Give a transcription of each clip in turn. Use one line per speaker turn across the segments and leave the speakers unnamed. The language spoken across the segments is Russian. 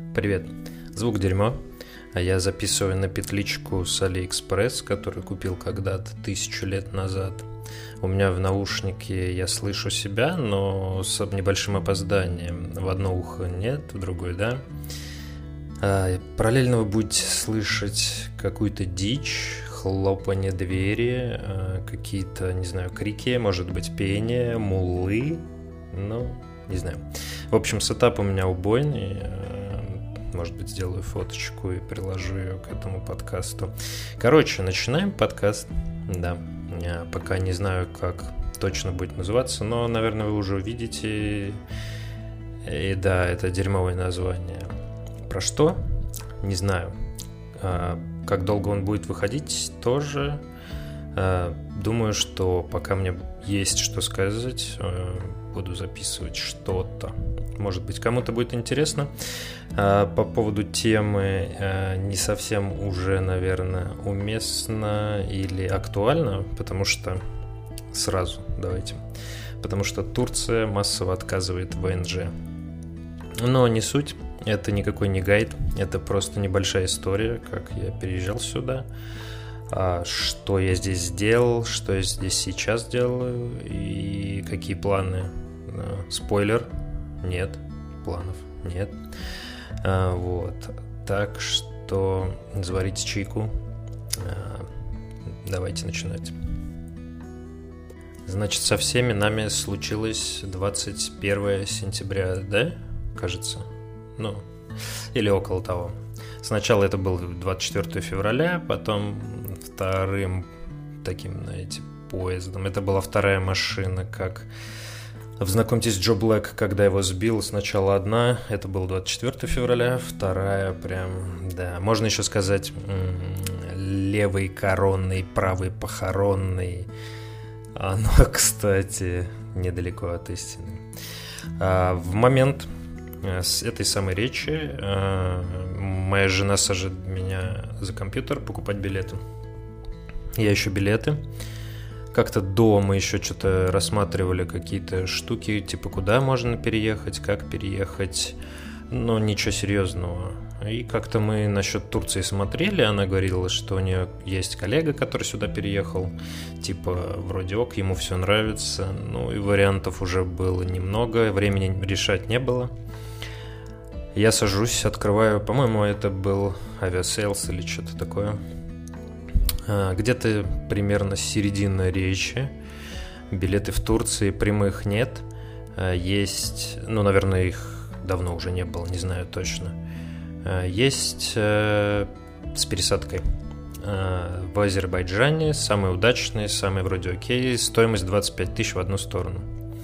Привет. Звук дерьмо. А я записываю на петличку с AliExpress, которую купил когда-то 1000 лет назад. У меня в наушнике я слышу себя, но с небольшим опозданием. В одно ухо нет, в другое да. Параллельно вы будете слышать какую-то дичь, хлопанье двери, какие-то, не знаю, крики, может быть, пение, муллы, не знаю. В общем, сетап у меня убойный. Может быть, сделаю фоточку и приложу ее к этому подкасту. Короче, начинаем подкаст. Да, я пока не знаю, как точно будет называться, но, наверное, вы уже увидите. И да, это дерьмовое название. Про что? Не знаю. Как долго он будет выходить, тоже. Думаю, что пока мне есть что сказать, буду записывать что-то. Может быть, кому-то будет интересно. По поводу темы не совсем уже, наверное, уместно или актуально, потому что сразу давайте. Потому что Турция массово отказывает в ВНЖ. Но не суть. Это никакой не гайд. Это просто небольшая история, как я переезжал сюда. Что я здесь сделал, что я здесь сейчас делаю и какие планы. Спойлер. Нет, планов нет. Вот. Так что заварите чайку. Давайте начинать. Значит, со всеми нами случилось 21 сентября, да? Кажется. Или около того. Сначала это был 24 февраля, потом вторым таким, знаете, поездом. Это была вторая машина, как в «Знакомьтесь, Джо Блэк», когда его сбил. Сначала одна, это было 24 февраля, вторая прям, да. Можно еще сказать левый коронный, правый похоронный. Оно, кстати, недалеко от истины. В момент с этой самой речи моя жена сажает меня за компьютер покупать билеты. Я ищу билеты. Как-то до мы еще что-то рассматривали какие-то штуки, типа куда можно переехать, как переехать, но ничего серьезного. И как-то мы насчет Турции смотрели, она говорила, что у нее есть коллега, который сюда переехал, типа вроде ок, ему все нравится, и вариантов уже было немного, времени решать не было. Я сажусь, открываю, по-моему, это был авиасейлс или что-то такое. Где-то примерно середина речи. Билеты в Турции прямых нет. Есть, наверное, их давно уже не было, не знаю точно. Есть с пересадкой. В Азербайджане самый удачный, самый вроде окей. Стоимость 25 тысяч в одну сторону.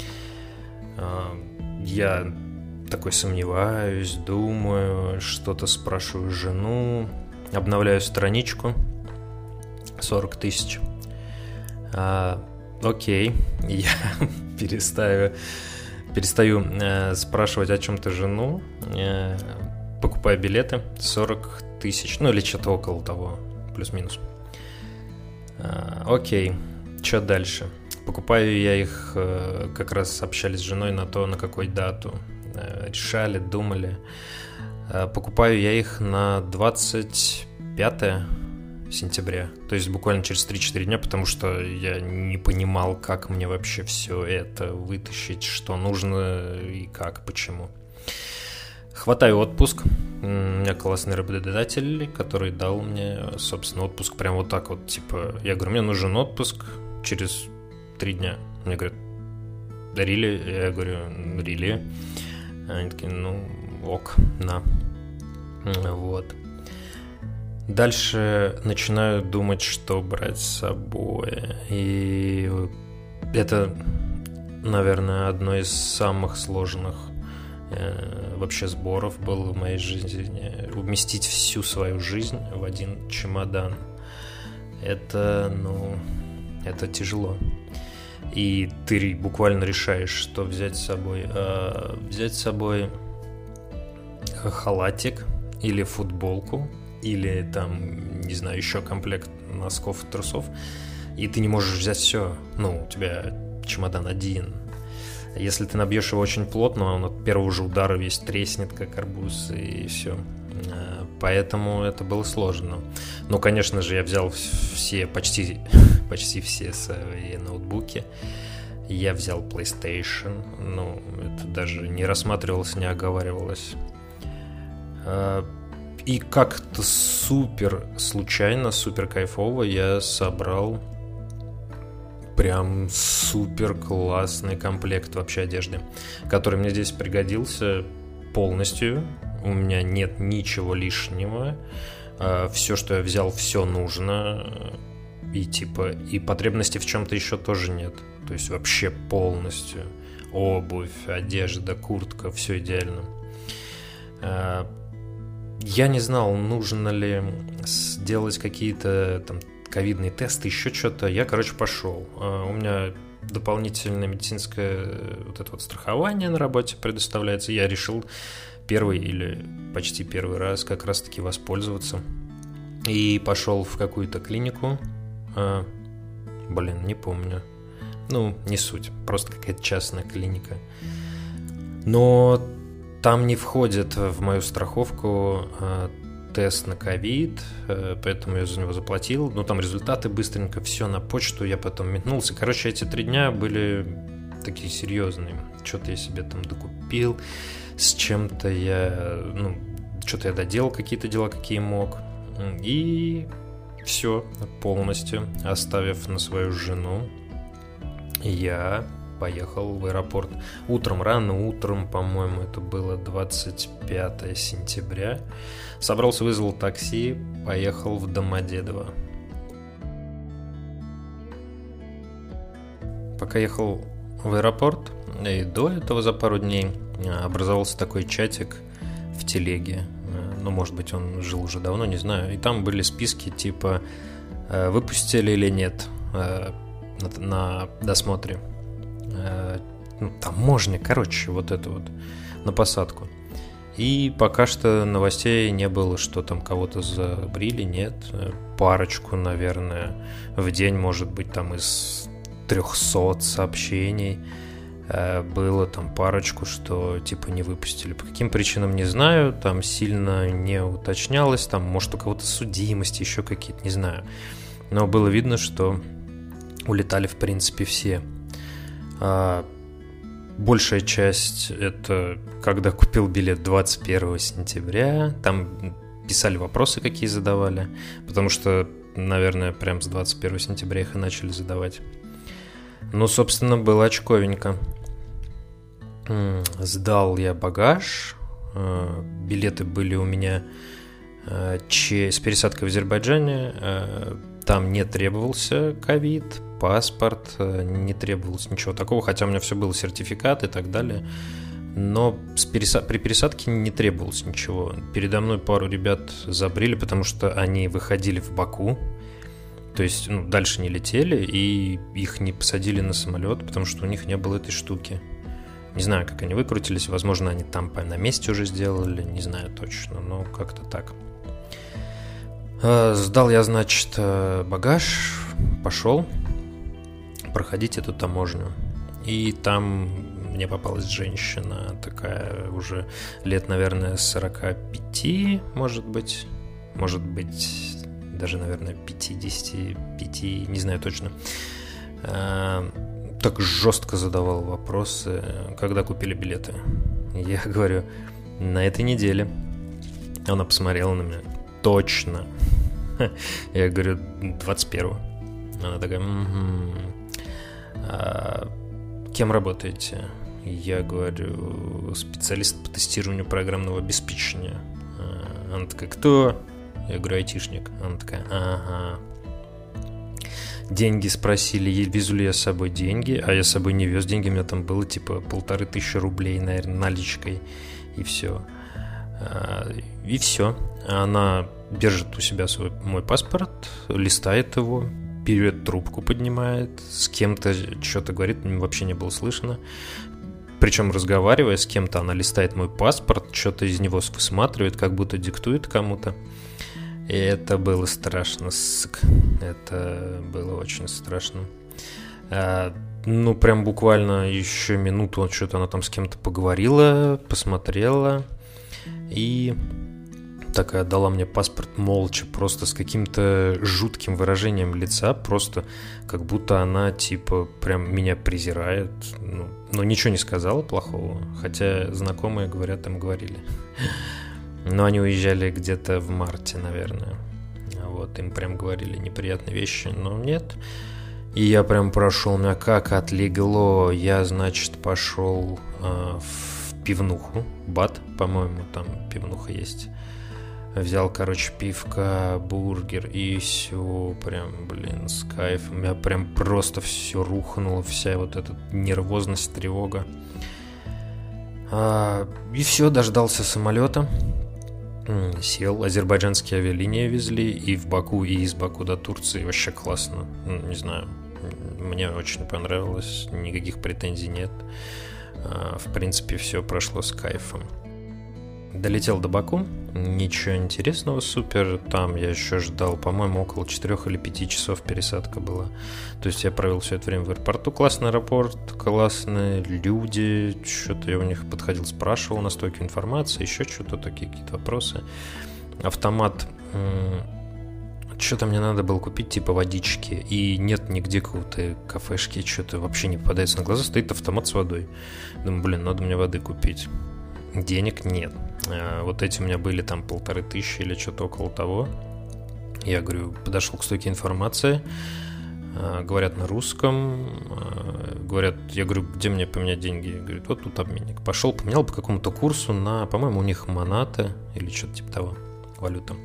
Я такой сомневаюсь, думаю, что-то спрашиваю жену. Обновляю страничку. 40 тысяч. Окей, я перестаю спрашивать о чем-то жену, покупаю билеты, 40 тысяч, или что-то около того, плюс-минус. Окей, что дальше? Покупаю я их, как раз общались с женой на какой дату, решали, думали. Покупаю я их на 25 сентября, то есть буквально через 3-4 дня, потому что я не понимал, как мне вообще все это вытащить, что нужно и как, почему. Хватаю отпуск. У меня классный работодатель, который дал мне, собственно, отпуск прям вот так вот, типа, я говорю, мне нужен отпуск через 3 дня. Мне говорят, really? Я говорю, really? Они такие, ок, на. Вот. Дальше начинаю думать, что брать с собой. И это, наверное, одно из самых сложных вообще сборов было в моей жизни. Уместить всю свою жизнь в один чемодан. Это тяжело. И ты буквально решаешь, что взять с собой. Взять с собой халатик или футболку, или там, не знаю, еще комплект носков и трусов, и ты не можешь взять все. У тебя чемодан один. Если ты набьешь его очень плотно, он от первого же удара весь треснет, как арбуз, и все. Поэтому это было сложно. Но, конечно же, я взял почти все свои ноутбуки. Я взял PlayStation. Ну, это даже не рассматривалось, не оговаривалось. И как-то супер случайно, супер кайфово я собрал прям супер классный комплект вообще одежды, который мне здесь пригодился полностью. У меня нет ничего лишнего. Все, что я взял, все нужно. И потребности в чем-то еще тоже нет. То есть вообще полностью. Обувь, одежда, куртка, все идеально. Я не знал, нужно ли сделать какие-то там ковидные тесты, еще что-то. Я, пошел. У меня дополнительное медицинское вот это вот страхование на работе предоставляется. Я решил первый или почти первый раз как раз-таки воспользоваться. И пошел в какую-то клинику. Не помню. Ну, не суть. Просто какая-то частная клиника. Но там не входит в мою страховку тест на ковид, поэтому я за него заплатил. Но там результаты быстренько, все на почту, я потом метнулся. Эти 3 дня были такие серьезные. Что-то я себе там докупил, с чем-то что-то я доделал, какие-то дела, какие мог. И все полностью, оставив на свою жену, я поехал в аэропорт. Рано утром, по-моему, это было 25 сентября. Собрался, вызвал такси, поехал в Домодедово. Пока ехал в аэропорт, и до этого за пару дней образовался такой чатик в телеге. Ну, может быть, он жил уже давно, не знаю. И там были списки типа выпустили или нет на досмотре. Таможня, вот это вот, на посадку. И пока что новостей не было, что там кого-то забрили, нет. Парочку, наверное, в день, может быть, там из 300 сообщений было там парочку, что типа не выпустили. По каким причинам, не знаю, там сильно не уточнялось, там, может, у кого-то судимости, еще какие-то, не знаю. Но было видно, что улетали, в принципе, все. Большая часть — это когда купил билет 21 сентября. Там писали вопросы, какие задавали, потому что, наверное, прям с 21 сентября их и начали задавать. Ну, собственно, было очковенько. Сдал я багаж. Билеты были у меня с пересадкой в Азербайджане. Там не требовался ковид, паспорт, не требовалось ничего такого, хотя у меня все было, сертификат и так далее. Но при пересадке не требовалось ничего. Передо мной пару ребят забрили, потому что они выходили в Баку. То есть дальше не летели, и их не посадили на самолет, потому что у них не было этой штуки. Не знаю, как они выкрутились. Возможно, они там на месте уже сделали, не знаю точно, но как-то так. Сдал я, значит, багаж, пошел проходить эту таможню. И там мне попалась женщина такая уже лет, наверное, 45, может быть, даже, наверное, 55, не знаю точно. Так жестко задавал вопросы, когда купили билеты. Я говорю, на этой неделе. Она посмотрела на меня. Точно. Я говорю, 21-го. Она такая, кем работаете? Я говорю, специалист по тестированию программного обеспечения. Она такая, кто? Я говорю, айтишник. Она такая, ага. Деньги спросили, везу ли я с собой деньги, а я с собой не вез деньги, у меня там было типа 1500 рублей, наверное, наличкой, и все. И все. Она держит у себя мой паспорт, листает его, берет трубку, поднимает, с кем-то что-то говорит, вообще не было слышно. Причем, разговаривая с кем-то, она листает мой паспорт, что-то из него высматривает, как будто диктует кому-то. И это было страшно, Это было очень страшно. Ну, прям буквально еще минуту что-то она там с кем-то поговорила, посмотрела и такая дала мне паспорт молча, просто с каким-то жутким выражением лица, просто как будто она типа прям меня презирает. Ну, но ничего не сказала плохого, хотя знакомые говорят, им говорили. Но они уезжали где-то в марте, наверное. Вот, им прям говорили неприятные вещи, но нет. И я прям прошел, меня как отлегло. Я, значит, пошел в пивнуху. Бат, по-моему, там пивнуха есть. Взял, короче, пивка, бургер и все, прям, блин, с кайфом. У меня прям просто все рухнуло, вся вот эта нервозность, тревога. И все, дождался самолета. Сел, азербайджанские авиалинии везли и в Баку, и из Баку до Турции. Вообще классно, не знаю, мне очень понравилось, никаких претензий нет. В принципе, все прошло с кайфом. Долетел до Баку, ничего интересного, супер. Там я еще ждал, по-моему, около 4 или 5 часов пересадка была. То есть я провел все это время в аэропорту. Классный аэропорт, классные люди. Что-то я у них подходил, спрашивал на стойке информации, еще что-то, такие какие-то вопросы. Автомат. Что-то мне надо было купить, типа водички. И нет нигде какого-то кафешки, что-то вообще не попадается на глаза. Стоит автомат с водой. Думаю, блин, надо мне воды купить. Денег нет. Вот эти у меня были там 1500 или что-то около того. Я говорю, подошел к стойке информации. Говорят на русском. Говорят, я говорю, где мне поменять деньги? Говорит, вот тут обменник. Пошел, поменял по какому-то курсу на, по-моему, у них монаты или что-то типа того, валюта.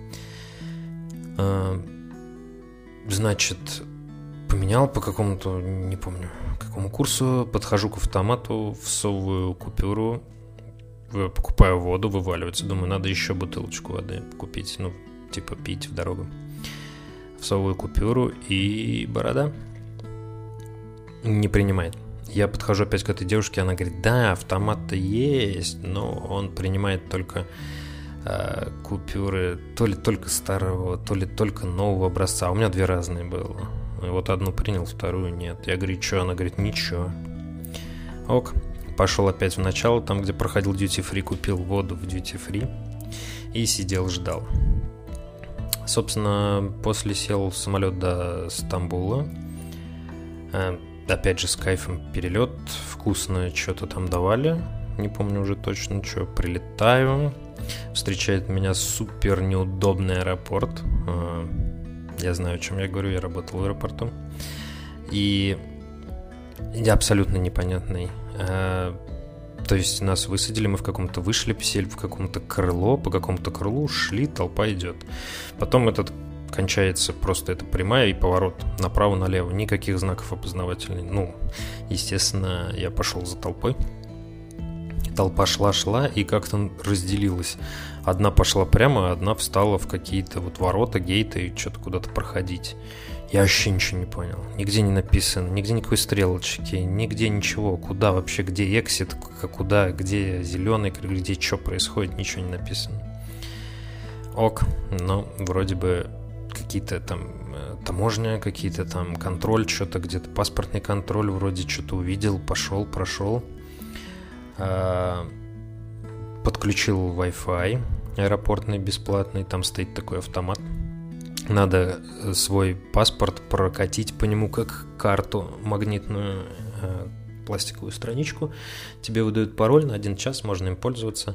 Значит, поменял по какому-то, не помню, какому курсу. Подхожу к автомату, всовываю купюру. Покупаю воду, вываливается. Думаю, надо еще бутылочку воды купить. Ну, типа пить в дорогу. Всовываю купюру и борода. Не принимает. Я подхожу опять к этой девушке, она говорит, да, автомат-то есть, но он принимает только купюры то ли только старого, то ли только нового образца. У меня 2 разные было. И вот одну принял, вторую нет. Я говорю, что? Она говорит, ничего. Ок. Пошел опять в начало, там, где проходил duty-free, купил воду в duty-free и сидел, ждал. Собственно, после сел в самолет до Стамбула. Опять же, с кайфом перелет. Вкусно что-то там давали. Не помню уже точно, что. Прилетаю. Встречает меня супер неудобный аэропорт. Я знаю, о чем я говорю. Я работал в аэропорту. И абсолютно непонятный. То есть нас высадили, мы в каком-то вышли, сели в каком-то крыло, по какому-то крылу шли, толпа идет. Потом этот кончается просто, это прямая и поворот направо-налево, никаких знаков опознавательных. Ну, естественно, я пошел за толпой. Толпа шла и как-то разделилась. Одна пошла прямо, одна встала в какие-то вот ворота, гейты и что-то куда-то проходить. Я вообще ничего не понял. Нигде не написано, нигде никакой стрелочки, нигде ничего. Куда вообще, где эксит, куда, где зеленый, где что происходит, ничего не написано. Ок, но вроде бы какие-то там таможня, какие-то там контроль, что-то где-то паспортный контроль, вроде что-то увидел, пошел, прошел. Подключил Wi-Fi аэропортный бесплатный, там стоит такой автомат. Надо свой паспорт прокатить по нему как карту магнитную, пластиковую страничку. Тебе выдают пароль на 1 час, можно им пользоваться.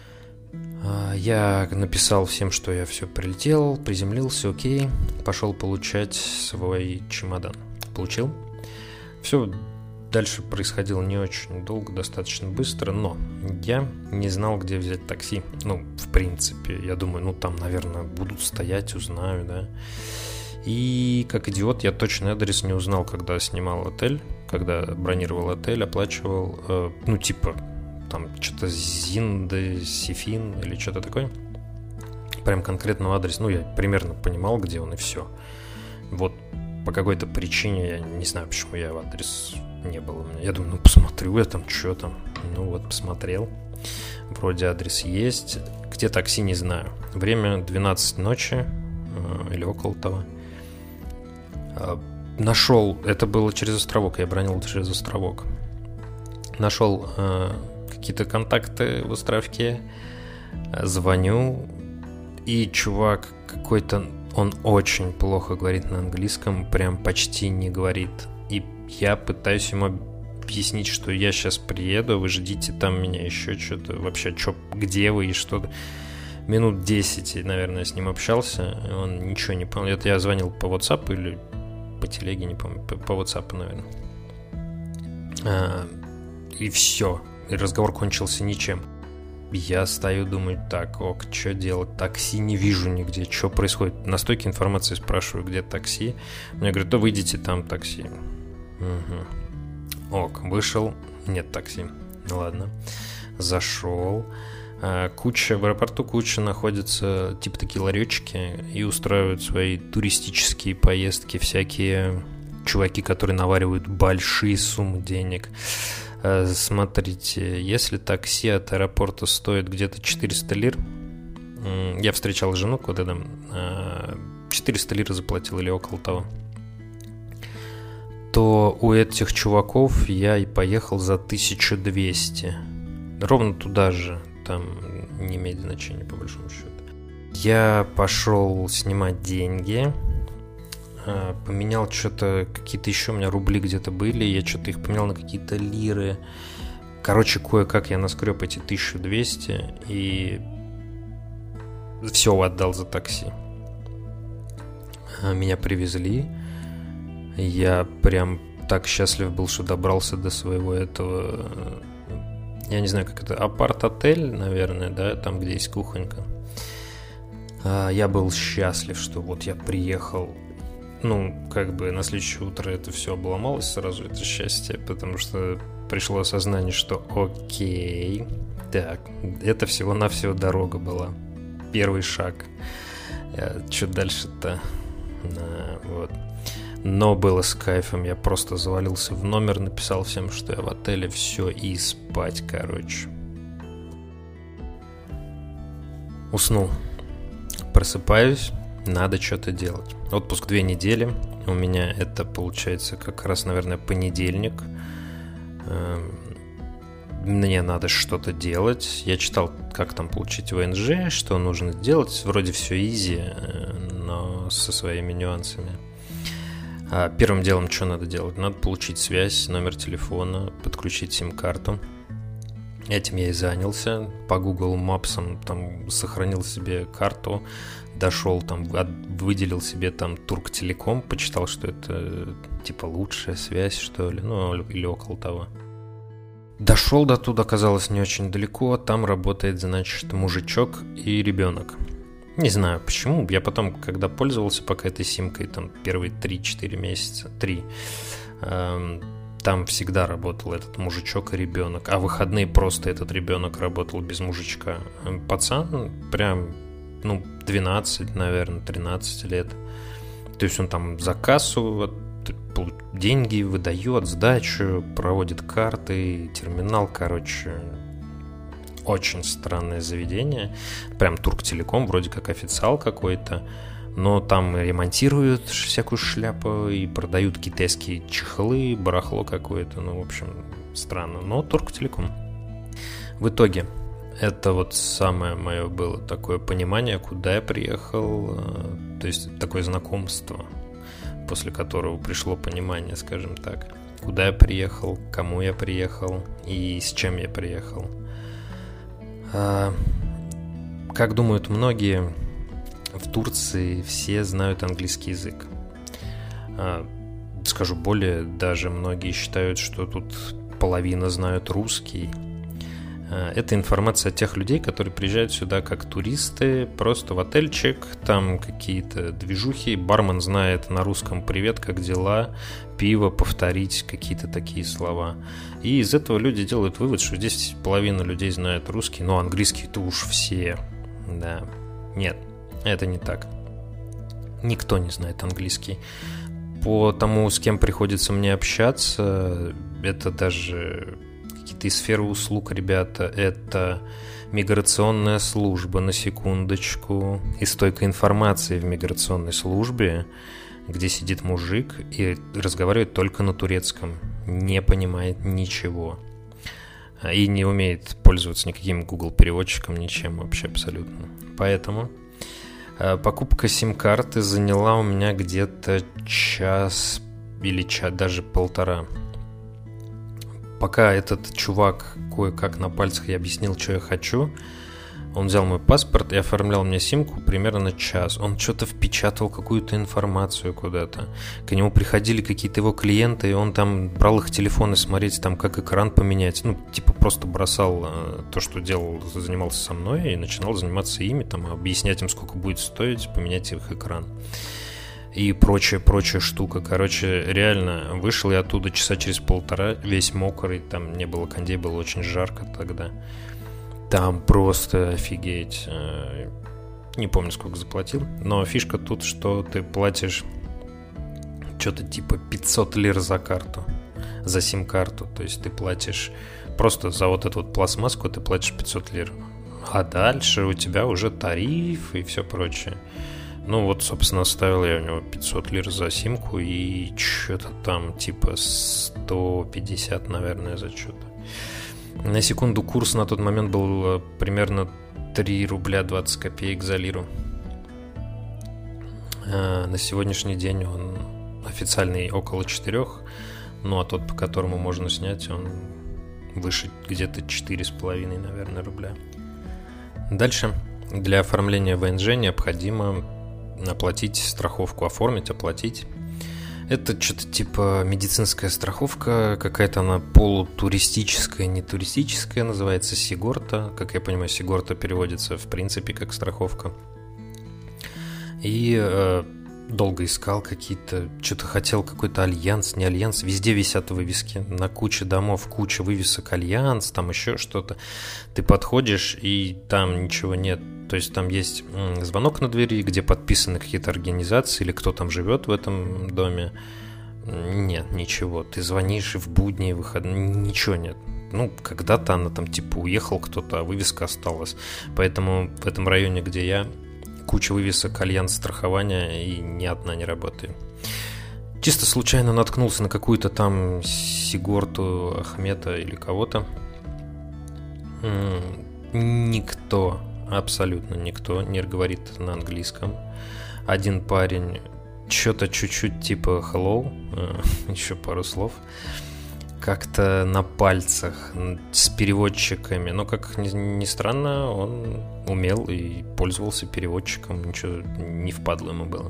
Я написал всем, что я все прилетел, приземлился, окей. Пошел получать свой чемодан. Получил. Все дальше происходило не очень долго, достаточно быстро, но я не знал, где взять такси. Ну, в принципе, я думаю, ну там, наверное, будут стоять, узнаю, да. И как идиот я точный адрес не узнал, когда снимал отель, когда бронировал отель, оплачивал, ну типа там что-то Зинды, Сифин или что-то такое. Прям конкретного адреса, ну я примерно понимал, где он и все. Вот по какой-то причине, я не знаю, почему я в адрес не было у меня. Я думаю, ну посмотрю я там, что там. Ну вот, посмотрел. Вроде адрес есть. Где такси, не знаю. Время 12 ночи или около того. Нашел, это было через островок, я бронил через островок. Нашел какие-то контакты в островке, звоню, и чувак какой-то, он очень плохо говорит на английском, прям почти не говорит. И я пытаюсь ему объяснить, что я сейчас приеду, вы ждите там меня еще что-то, вообще, где вы и что-то. Минут 10, наверное, с ним общался, он ничего не понял. Это я звонил по WhatsApp или по телеге, не помню, по WhatsApp, наверное. И все, и разговор кончился ничем. Я стою, думаю, так, что делать? Такси не вижу нигде, что происходит? На стойке информации спрашиваю, где такси. Мне говорят, да выйдите, там такси. Угу. Вышел, нет такси. Ну ладно, зашел. В аэропорту куча находятся типа такие ларечки и устраивают свои туристические поездки всякие чуваки, которые наваривают большие суммы денег. Смотрите, если такси от аэропорта стоит где-то 400 лир, я встречал жену куда-то, 400 лир заплатил или около того, то у этих чуваков я и поехал за 1200. Ровно туда же. Там не имеет значения, по большому счету. Я пошел снимать деньги, поменял что-то, какие-то еще у меня рубли где-то были, я что-то их поменял на какие-то лиры. Короче, кое-как я наскреб эти 1200 и все отдал за такси. Меня привезли. Я прям так счастлив был, что добрался до своего этого... Я не знаю, как это, апарт-отель, наверное, да, там, где есть кухонька. Я был счастлив, что вот я приехал. Ну, как бы на следующее утро это все обломалось сразу, это счастье, потому что пришло осознание, что окей, так, это всего-навсего дорога была. Первый шаг. Что дальше-то? Вот. Но было с кайфом, я просто завалился в номер, написал всем, что я в отеле, все, и спать, короче. Уснул. Просыпаюсь, надо что-то делать. Отпуск 2 недели, у меня это получается как раз, наверное, понедельник. Мне надо что-то делать. Я читал, как там получить ВНЖ, что нужно делать. Вроде все изи, но со своими нюансами. Первым делом что надо делать? Надо получить связь, номер телефона, подключить сим-карту. Этим я и занялся. По Google Maps там сохранил себе карту, дошел там, выделил себе там Турктелеком, почитал, что это типа лучшая связь, что ли, ну или около того. Дошел до туда, оказалось не очень далеко, там работает, значит, мужичок и ребенок. Не знаю почему, я потом, когда пользовался пока этой симкой, там первые 3-4 месяца, 3, там всегда работал этот мужичок и ребенок, а в выходные просто этот ребенок работал без мужичка. Пацан прям, 12, наверное, 13 лет. То есть он там за кассу деньги выдает, сдачу, проводит карты, терминал, короче... Очень странное заведение. Прям Турктелеком, вроде как официал какой-то. Но там ремонтируют всякую шляпу и продают китайские чехлы, барахло какое-то. Ну, в общем, странно. Но Турктелеком. В итоге, это вот самое мое было такое понимание, куда я приехал. То есть, такое знакомство, после которого пришло понимание, скажем так. Куда я приехал, к кому я приехал и с чем я приехал. Как думают многие, в Турции все знают английский язык. Скажу более, даже многие считают, что тут половина знают русский. Это информация от тех людей, которые приезжают сюда как туристы, просто в отельчик, там какие-то движухи, бармен знает на русском «Привет, как дела?», пиво, повторить какие-то такие слова. И из этого люди делают вывод, что здесь половина людей знает русский, но английский-то уж все. Да. Нет, это не так. Никто не знает английский. По тому, с кем приходится мне общаться, это даже какие-то из сферы услуг, ребята, это миграционная служба, на секундочку, и стойка информации в миграционной службе. где сидит мужик и разговаривает только на турецком, не понимает ничего. И не умеет пользоваться никаким Google переводчиком, ничем вообще абсолютно. Поэтому покупка сим-карты заняла у меня где-то час или даже полтора. Пока этот чувак кое-как на пальцах я объяснил, что я хочу, он взял мой паспорт и оформлял мне симку примерно час. Он что-то впечатал, какую-то информацию куда-то. К нему приходили какие-то его клиенты, и он там брал их телефоны смотреть, там, как экран поменять. Ну, типа просто бросал то, что делал, занимался со мной, и начинал заниматься ими, там, объяснять им, сколько будет стоить поменять их экран. И прочая штука. Короче, реально, вышел я оттуда часа через полтора, весь мокрый, там не было кондей, было очень жарко тогда. Там просто офигеть. Не помню, сколько заплатил. Но фишка тут, что ты платишь что-то типа 500 лир за карту. За сим-карту. То есть ты платишь просто за вот эту вот пластмасску, ты платишь 500 лир. А дальше у тебя уже тариф и все прочее. Ну вот, собственно, оставил я у него 500 лир за симку и что-то там типа 150, наверное, за что-то. На секунду курс на тот момент был примерно 3 рубля 20 копеек за лиру. На сегодняшний день он официальный около 4, ну а тот, по которому можно снять, он выше где-то 4,5, наверное, рубля. Дальше для оформления ВНЖ необходимо оплатить страховку, оплатить. Это что-то типа медицинская страховка, какая-то она полутуристическая, не туристическая, называется Сигорта. Как я понимаю, Сигорта переводится в принципе как страховка. И долго искал какие-то, что-то хотел какой-то альянс, не альянс. Везде висят вывески, на куче домов куча вывесок альянс, там еще что-то. Ты подходишь, и там ничего нет. То есть там есть звонок на двери, где подписаны какие-то организации или кто там живет в этом доме. Нет, ничего. Ты звонишь и в будни, и в выходные, ничего нет. Ну, когда-то она там типа уехал кто-то, а вывеска осталась. Поэтому в этом районе, где я, куча вывесок альянс страхования, и ни одна не работает. Чисто случайно наткнулся на какую-то там Сигорту Ахмета или кого-то. Никто, абсолютно никто не говорит на английском. Один парень что-то чуть-чуть типа hello, еще пару слов. Как-то на пальцах с переводчиками. Но, как ни странно, он умел и пользовался переводчиком. Ничего не впадло ему было.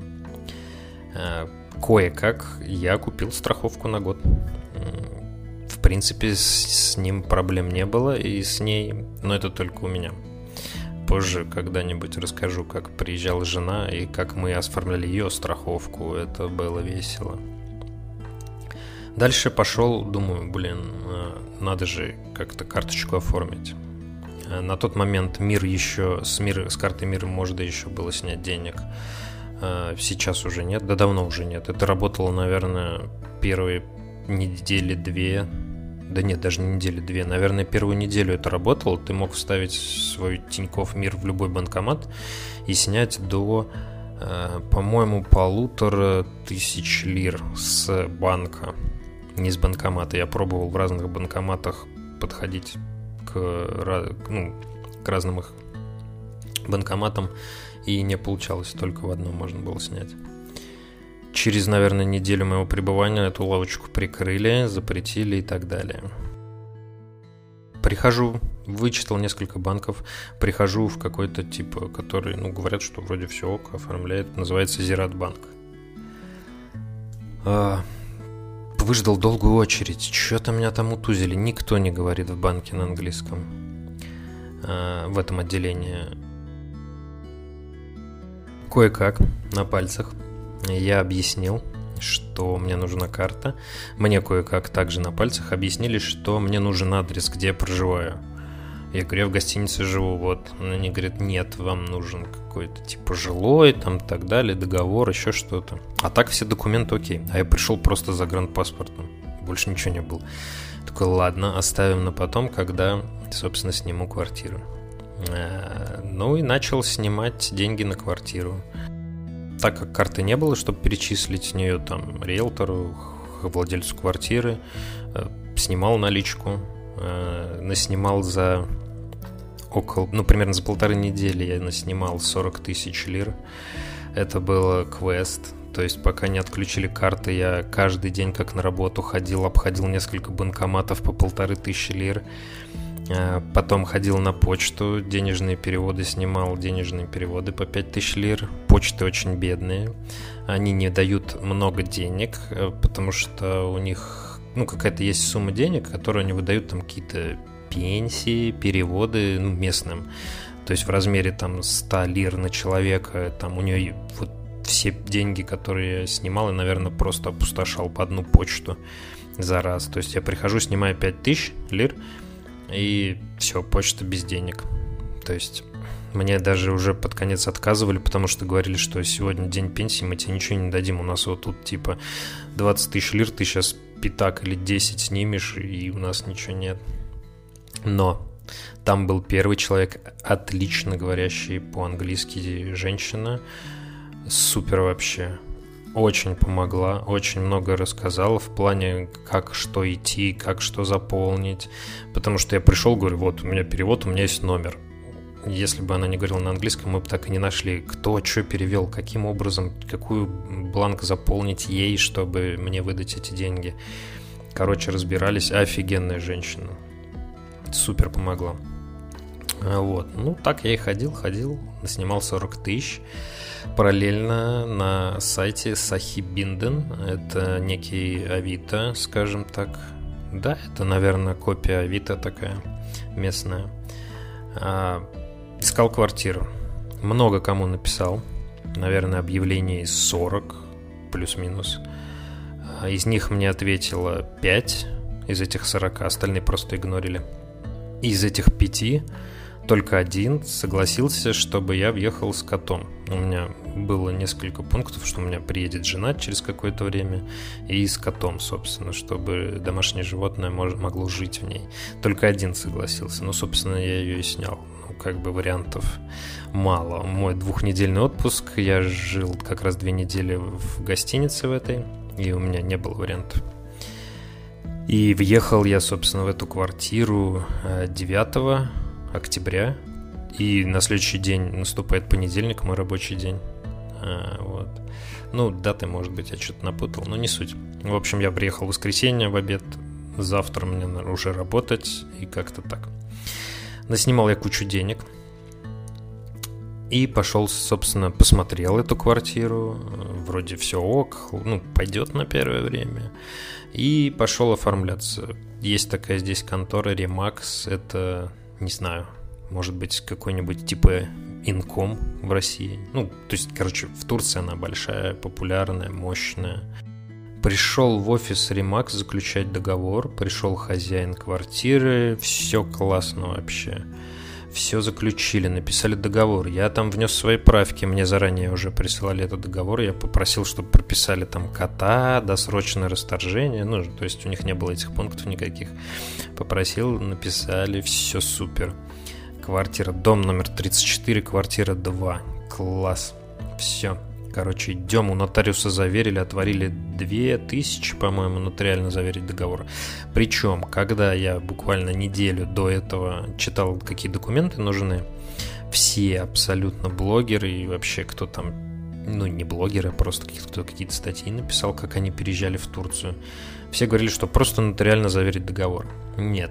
Кое-как я купил страховку на год. В принципе, с ним проблем не было и с ней, но это только у меня. Позже когда-нибудь расскажу, как приезжала жена и как мы оформляли ее страховку. Это было весело. Дальше пошел, думаю, надо же как-то карточку оформить. На тот момент с карты Мир можно еще было снять денег. Сейчас уже нет, да давно уже нет. Это работало, наверное, первые недели-две. Да нет, даже не недели-две. Наверное, первую неделю это работало. Ты мог вставить свой Тинькофф Мир в любой банкомат и снять до, по-моему, 1500 лир с банка. Не с банкомата. Я пробовал в разных банкоматах подходить к разным их банкоматам, и не получалось. Только в одном можно было снять. Через, наверное, неделю моего пребывания эту лавочку прикрыли, запретили и так далее. Прихожу, вычитал несколько банков, прихожу в какой-то типа, который, говорят, что вроде все ок, оформляет, называется Зиратбанк. Выждал долгую очередь, что-то меня там утузили, никто не говорит в банке на английском, в этом отделении. Кое-как на пальцах я объяснил, что мне нужна карта. Мне кое-как также на пальцах объяснили, что мне нужен адрес, где я проживаю. Я говорю, я в гостинице живу, вот. Они говорят, нет, вам нужен какой-то типа жилой, там так далее, договор, еще что-то. А так все документы окей. А я пришел просто за загранпаспортом. Больше ничего не было. Такой, ладно, оставим на потом, когда, собственно, сниму квартиру. Ну и начал снимать деньги на квартиру. так как карты не было, чтобы перечислить с нее там риэлтору, владельцу квартиры, снимал наличку, наснимал за примерно за 1,5 недели я наснимал 40 тысяч лир. Это был квест. То есть пока не отключили карты, я каждый день как на работу ходил, обходил несколько банкоматов по 1500 лир. Потом ходил на почту, денежные переводы снимал, денежные переводы по 5000 лир. Почты очень бедные. Они не дают много денег, потому что у них какая-то есть сумма денег, которую они выдают там какие-то пенсии, переводы местным. То есть в размере там 100 лир на человека, там у нее вот все деньги, которые я снимал, я, наверное, просто опустошал по одну почту за раз. То есть я прихожу, снимаю 5000 лир, и все, почта без денег. То есть мне даже уже под конец отказывали, потому что говорили, что сегодня день пенсии, мы тебе ничего не дадим. У нас вот тут типа 20 тысяч лир, ты сейчас пятак или 10 снимешь, и у нас ничего нет. Но там был первый человек, отлично говорящий по-английски женщина. Супер вообще. Очень помогла, очень много рассказала в плане, как что идти, как что заполнить. Потому что я пришел, говорю, вот у меня перевод, у меня есть номер. Если бы она не говорила на английском, мы бы так и не нашли, кто что перевел, каким образом, какую бланк заполнить ей, чтобы мне выдать эти деньги. Короче, разбирались. Офигенная женщина. Супер помогла. Вот. Так я и ходил, наснимал 40 тысяч. Параллельно на сайте Sahibindan, это некий Авито, скажем так. Да, это, наверное, копия Авито такая местная. Искал квартиру. Много кому написал. Наверное, объявлений 40, плюс-минус. Из них мне ответило 5 из этих 40, остальные просто игнорили. Из этих 5 только один согласился, чтобы я въехал с котом. У меня было несколько пунктов, что у меня приедет жена через какое-то время, и с котом, собственно, чтобы домашнее животное могло жить в ней. Только один согласился. Собственно, я ее и снял. Вариантов мало. Мой 2-недельный отпуск, я жил как раз 2 недели в гостинице в этой, и у меня не было вариантов. И въехал я, собственно, в эту квартиру 9 октября, и на следующий день наступает понедельник, мой рабочий день. Вот. Даты, может быть, я что-то напутал, но не суть. В общем, я приехал в воскресенье в обед, завтра мне надо уже работать, и как-то так. Наснимал я кучу денег. И пошел, собственно, посмотрел эту квартиру. Вроде все ок, пойдет на первое время. И пошел оформляться. Есть такая здесь контора Remax. Это, не знаю, может быть, какой-нибудь типа Инком в России. В Турции она большая, популярная, мощная. Пришел в офис Remax заключать договор. Пришел хозяин квартиры. Все классно вообще. Все заключили, написали договор. Я там внес свои правки, мне заранее уже присылали этот договор. Я попросил, чтобы прописали там кота, досрочное расторжение. То есть у них не было этих пунктов никаких. Попросил, написали, все супер. Квартира, дом номер 34, квартира 2. Класс. Все. Идем, у нотариуса заверили, отворили 2000, по-моему, нотариально заверить договор. Причем, когда я буквально неделю до этого читал, какие документы нужны, все абсолютно блогеры и вообще кто там, не блогеры, а просто кто какие-то статьи написал, как они переезжали в Турцию, все говорили, что просто нотариально заверить договор. Нет.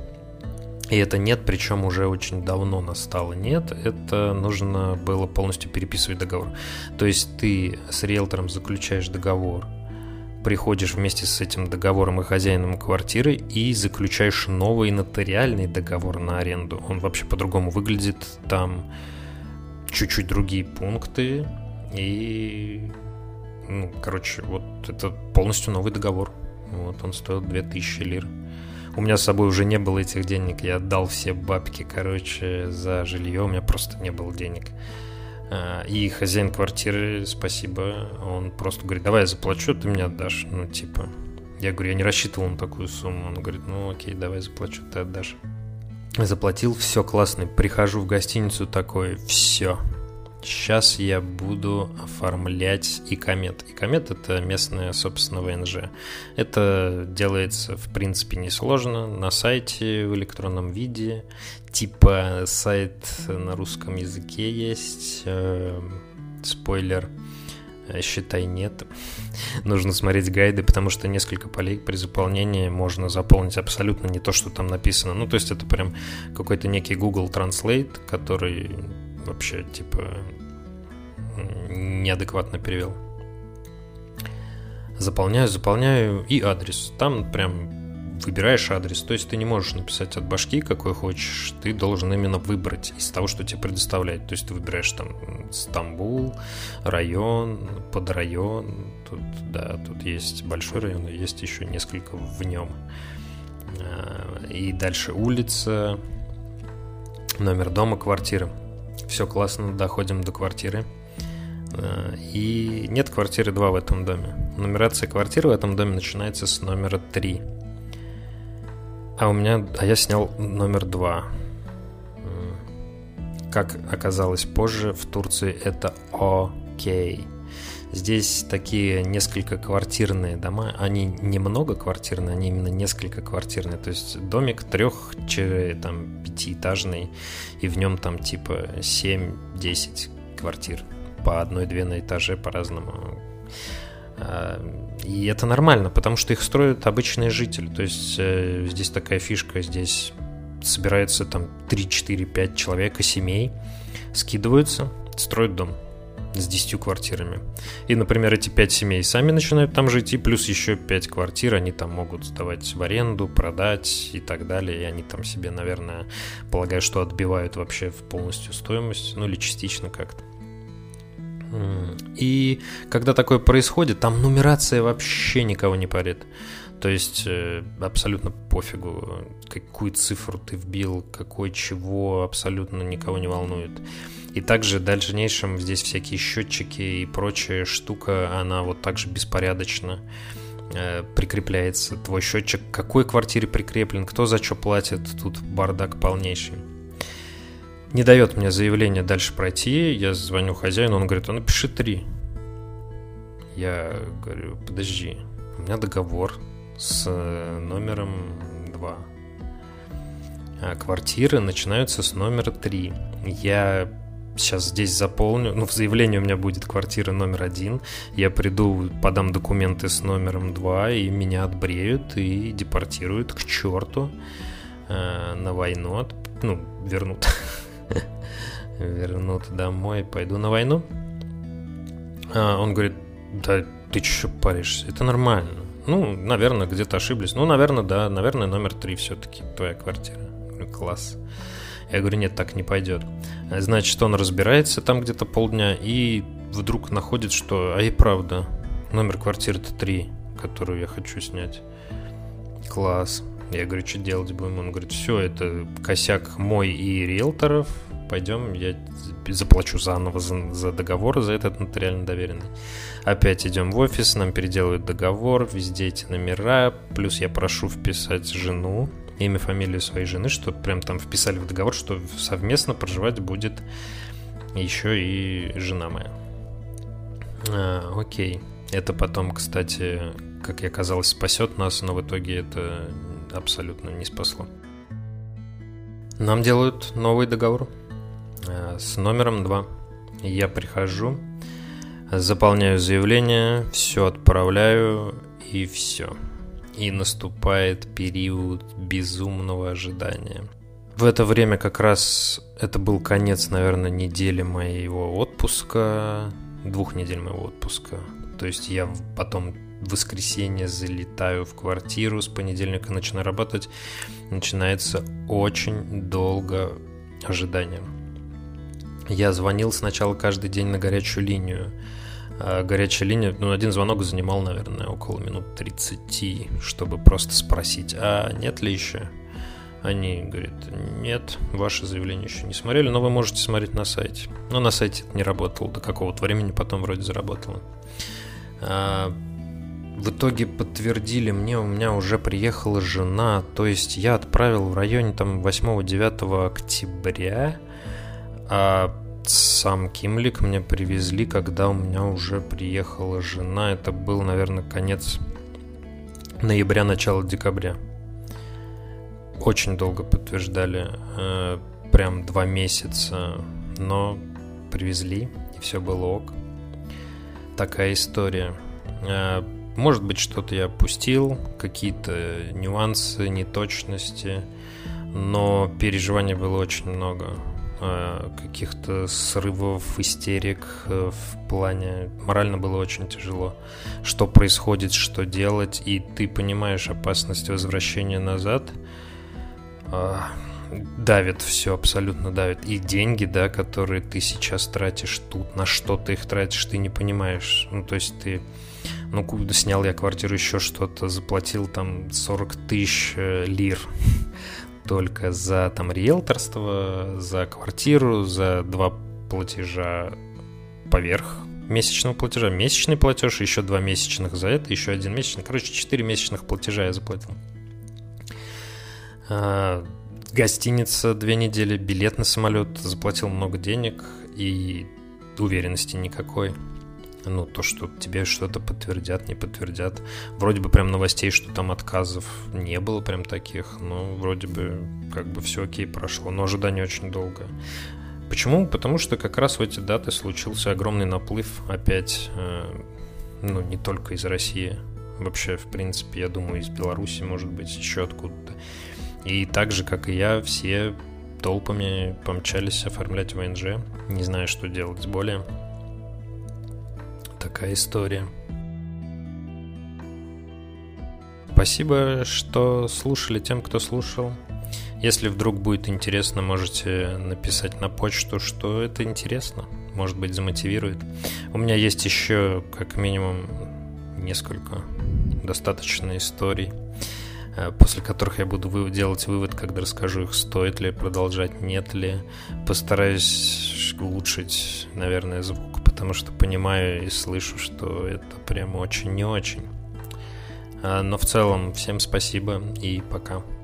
И это нет, причем уже очень давно настало нет, это нужно было полностью переписывать договор. То есть ты с риэлтором заключаешь договор, приходишь вместе с этим договором и хозяином квартиры и заключаешь новый нотариальный договор на аренду. Он вообще по-другому выглядит, там чуть-чуть другие пункты и... вот это полностью новый договор. Вот он стоил 2000 лир. У меня с собой уже не было этих денег, я отдал все бабки, за жилье, у меня просто не было денег. И хозяин квартиры, спасибо, он просто говорит, давай я заплачу, ты мне отдашь, Я говорю, я не рассчитывал на такую сумму, он говорит, окей, давай заплачу, ты отдашь. Заплатил, все классно, прихожу в гостиницу такой, все, Сейчас я буду оформлять Икомет. Икомет — это местная, собственно, ВНЖ. Это делается, в принципе, несложно. На сайте в электронном виде. Типа сайт на русском языке есть. Спойлер. Считай, нет. Нужно смотреть гайды, потому что несколько полей при заполнении можно заполнить абсолютно не то, что там написано. Ну, то есть это прям какой-то некий Google Translate, который вообще, типа, неадекватно перевел. Заполняю и адрес. Там прям выбираешь адрес. То есть ты не можешь написать от башки, какой хочешь. Ты должен именно выбрать из того, что тебе предоставляет. То есть ты выбираешь там Стамбул, район, подрайон. Тут есть большой район, и есть еще несколько в нем. И дальше улица, номер дома, квартира. Все классно, доходим до квартиры. И нет квартиры 2 в этом доме. Нумерация квартиры в этом доме начинается с номера 3. А я снял номер 2. Как оказалось позже, в Турции это окей. Здесь такие несколько квартирные дома. Они не многоквартирные, они именно несколько квартирные. То есть домик 3-5-этажный, и в нем там типа 7-10 квартир. По 1-2 на этаже по-разному. И это нормально, потому что их строят обычные жители. То есть здесь такая фишка, здесь собирается там 3-4-5 человек и семей, скидываются, строят дом с 10 квартирами. И, например, эти 5 семей сами начинают там жить, и плюс еще 5 квартир они там могут сдавать в аренду, продать и так далее. И они там себе, наверное, полагаю, что отбивают вообще в полностью стоимость, ну или частично как-то. И когда такое происходит, там нумерация вообще никого не парит. То есть абсолютно пофигу, какую цифру ты вбил, какой чего, абсолютно никого не волнует. И также в дальнейшем здесь всякие счетчики и прочая штука, она вот так же беспорядочно прикрепляется. Твой счетчик к какой квартире прикреплен, кто за что платит, тут бардак полнейший. Не дает мне заявление дальше пройти, я звоню хозяину, он говорит, напиши 3. Я говорю, подожди, у меня договор с номером 2. А квартиры начинаются с номера 3. Я сейчас здесь заполню, в заявлении у меня будет квартира номер 1. Я приду, подам документы с номером 2, и меня отбреют и депортируют к черту на войну. Вернут. Вернут домой, пойду на войну. Он говорит, да ты че паришься, это нормально. Наверное, где-то ошиблись. Наверное, да, наверное, номер 3 все-таки твоя квартира. Класс. Я говорю, нет, так не пойдет. Значит, он разбирается там где-то полдня и вдруг находит, что, и правда, номер квартиры-то 3, которую я хочу снять. Класс. Я говорю, что делать будем? Он говорит, все, это косяк мой и риэлторов. Пойдем, я заплачу заново за договор, за этот нотариально доверенный. Опять идем в офис, нам переделывают договор, везде эти номера. Плюс я прошу вписать жену, имя, фамилию своей жены, что прям там вписали в договор, что совместно проживать будет еще и жена моя. Окей. Это потом, кстати, как и оказалось, спасет нас, но в итоге это абсолютно не спасло. Нам делают новый договор с номером 2. Я прихожу, заполняю заявление, все отправляю, и все. И наступает период безумного ожидания. В это время как раз это был конец, наверное, недели моего отпуска, 2 недель моего отпуска. То есть я потом в воскресенье залетаю в квартиру, с понедельника начинаю работать. Начинается очень долго ожидание. Я звонил сначала каждый день на горячую линию. Горячая линия, один звонок занимал, наверное, около минут 30, чтобы просто спросить, а нет ли еще? Они говорят, нет, ваше заявление еще не смотрели, но вы можете смотреть на сайте. Но на сайте это не работало до какого-то времени, потом вроде заработало. В итоге подтвердили мне, у меня уже приехала жена, то есть я отправил в районе 8-9 октября, а сам Кимлик мне привезли, когда у меня уже приехала жена. Это был, наверное, конец ноября, начало декабря. Очень долго подтверждали, прям 2 месяца, но привезли, и все было ок. Такая история. Может быть, что-то я опустил, какие-то нюансы, неточности, но переживаний было очень много. Каких-то срывов, истерик в плане... Морально было очень тяжело. Что происходит, что делать, и ты понимаешь опасность возвращения назад. Давит все, абсолютно давит. И деньги, да, которые ты сейчас тратишь тут, на что ты их тратишь, ты не понимаешь. Ну, то есть ты... Ну, снял я квартиру, еще что-то, заплатил там 40 тысяч лир только за там риэлторство, за квартиру, за 2 платежа поверх месячного платежа. Месячный платеж, еще 2 месячных за это, еще 1 месячный. Короче, 4 месячных платежа я заплатил. Гостиница 2 недели, билет на самолет, заплатил много денег и уверенности никакой. Ну, то, что тебе что-то подтвердят, не подтвердят. Вроде бы прям новостей, что там отказов не было прям таких. Но вроде бы как бы все окей прошло. Но ожидание очень долгое. Почему? Потому что как раз в эти даты случился огромный наплыв опять, ну, не только из России. Вообще, в принципе, я думаю, из Беларуси, может быть, еще откуда-то. И так же, как и я, все толпами помчались оформлять ВНЖ, не зная, что делать с более. Такая история. Спасибо, что слушали, тем, кто слушал. Если вдруг будет интересно, можете написать на почту, что это интересно. Может быть, замотивирует. У меня есть еще, как минимум, несколько достаточно историй, после которых я буду делать вывод, когда расскажу их, стоит ли продолжать, нет ли. Постараюсь улучшить, наверное, звук, потому что понимаю и слышу, что это прям очень не очень. Но в целом всем спасибо и пока.